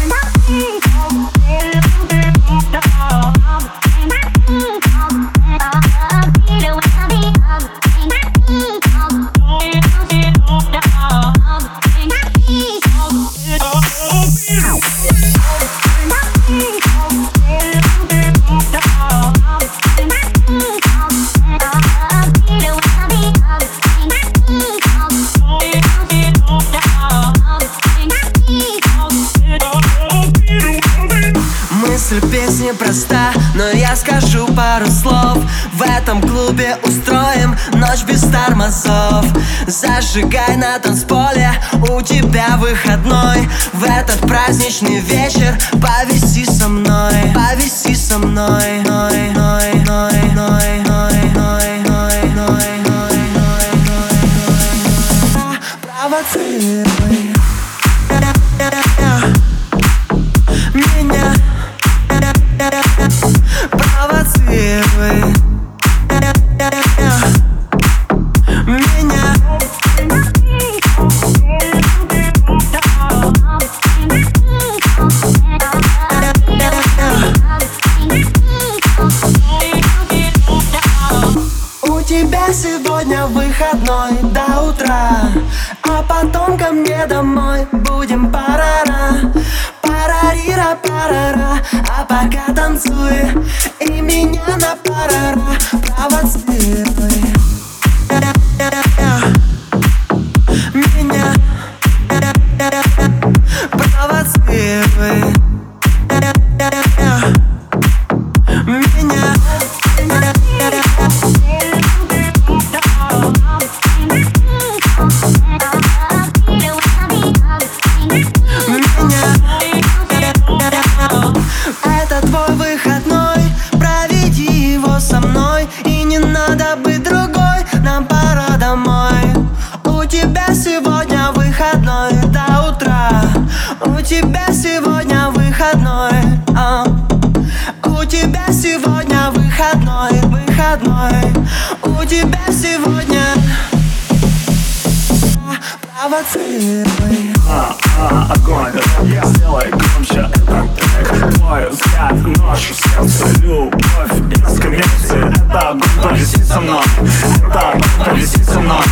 Песня проста, но я скажу пару слов. В этом клубе устроим ночь без тормозов. Зажигай на танцполе, у тебя выходной. В этот праздничный вечер повиси со мной. Повиси со мной. Провоцируй меня, провоцируй меня. У тебя сегодня выходной до утра, а потом ко мне домой. Будем парара, парарира, парара. А пока танцуй и меня на парара провоцируй меня, провоцируй меня. Это твой выходной, проведи его со мной. И не надо быть другой, нам пора домой. У тебя сегодня выходной до утра. У тебя сегодня выходной, у тебя сегодня выходной, выходной. У тебя сегодня провоцируй. Огонь, сделай громче этот трек. Твой взгляд, наше сердце, любовь и бесконечность. Это огонь, повиси со мной. Это огонь, повиси со мной.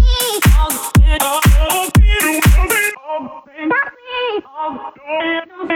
Oh,